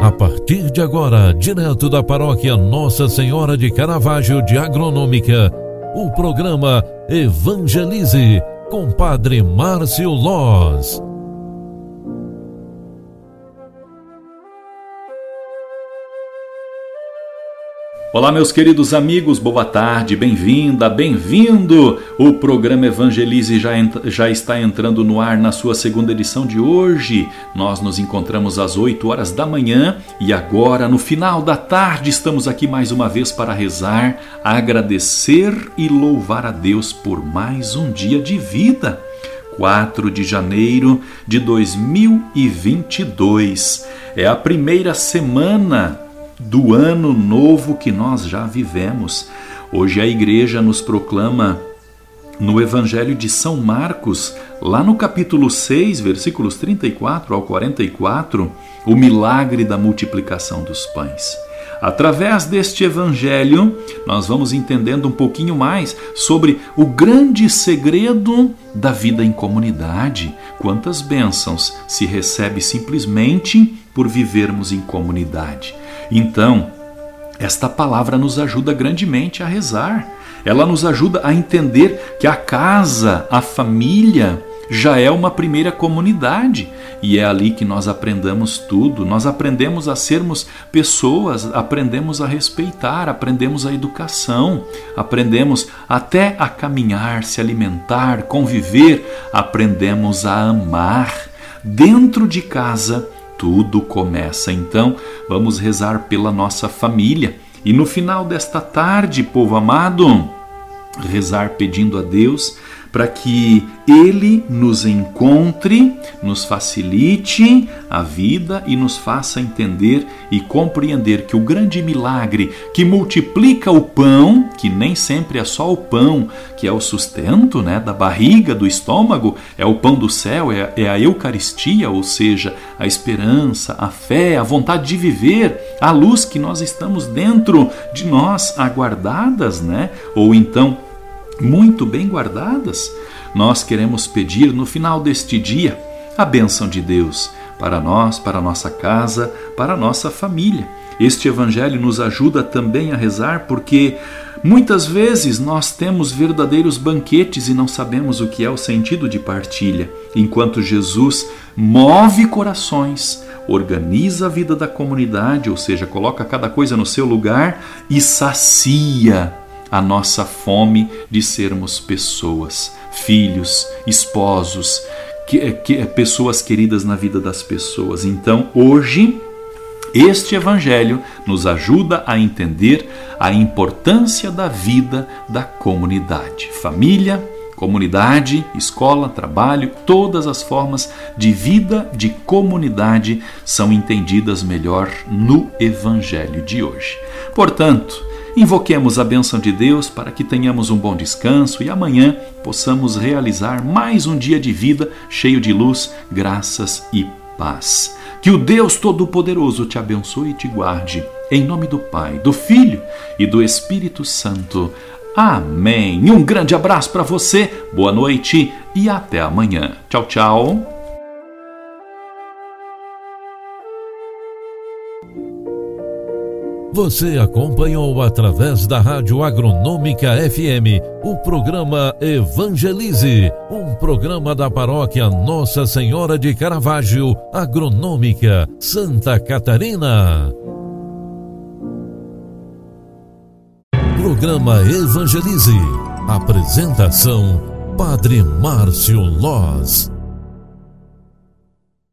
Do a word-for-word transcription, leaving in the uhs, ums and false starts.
A partir de agora, direto da paróquia Nossa Senhora de Caravaggio de Agronômica, o programa Evangelize com Padre Márcio Loz. Olá, meus queridos amigos, boa tarde, bem-vinda, bem-vindo! O programa Evangelize já, já está entrando no ar na sua segunda edição de hoje. Nós nos encontramos às oito horas da manhã e agora, no final da tarde, estamos aqui mais uma vez para rezar, agradecer e louvar a Deus por mais um dia de vida. quatro de janeiro de dois mil e vinte e dois. É a primeira semana do ano novo que nós já vivemos. Hoje a igreja nos proclama no Evangelho de São Marcos, lá no capítulo seis, versículos trinta e quatro ao quarenta e quatro, o milagre da multiplicação dos pães. Através deste evangelho, nós vamos entendendo um pouquinho mais sobre o grande segredo da vida em comunidade. Quantas bênçãos se recebe simplesmente por vivermos em comunidade. Então, esta palavra nos ajuda grandemente a rezar. Ela nos ajuda a entender que a casa, a família, já é uma primeira comunidade. E é ali que nós aprendemos tudo. Nós aprendemos a sermos pessoas, aprendemos a respeitar, aprendemos a educação, aprendemos até a caminhar, se alimentar, conviver, aprendemos a amar. Dentro de casa, tudo começa. Então, vamos rezar pela nossa família. E no final desta tarde, povo amado, rezar pedindo a Deus para que Ele nos encontre, nos facilite a vida e nos faça entender e compreender que o grande milagre que multiplica o pão, que nem sempre é só o pão, que é o sustento, né, da barriga, do estômago, é o pão do céu, é, é a Eucaristia, ou seja, a esperança, a fé, a vontade de viver, a luz que nós estamos dentro de nós, aguardadas, né? Ou então muito bem guardadas. Nós queremos pedir no final deste dia a bênção de Deus para nós, para a nossa casa, para a nossa família. Este evangelho nos ajuda também a rezar porque muitas vezes nós temos verdadeiros banquetes e não sabemos o que é o sentido de partilha, enquanto Jesus move corações, organiza a vida da comunidade, ou seja, coloca cada coisa no seu lugar e sacia a nossa fome de sermos pessoas, filhos, esposos, que, que, pessoas queridas na vida das pessoas. Então, hoje, este evangelho nos ajuda a entender a importância da vida da comunidade. Família, comunidade, escola, trabalho, todas as formas de vida de comunidade são entendidas melhor no evangelho de hoje. Portanto, invoquemos a bênção de Deus para que tenhamos um bom descanso e amanhã possamos realizar mais um dia de vida cheio de luz, graças e paz. Que o Deus Todo-Poderoso te abençoe e te guarde. Em nome do Pai, do Filho e do Espírito Santo. Amém. Um grande abraço para você, boa noite e até amanhã. Tchau, tchau. Você acompanhou através da Rádio Agronômica F M o programa Evangelize, um programa da paróquia Nossa Senhora de Caravaggio, Agronômica, Santa Catarina. Programa Evangelize. Apresentação: Padre Márcio Loz.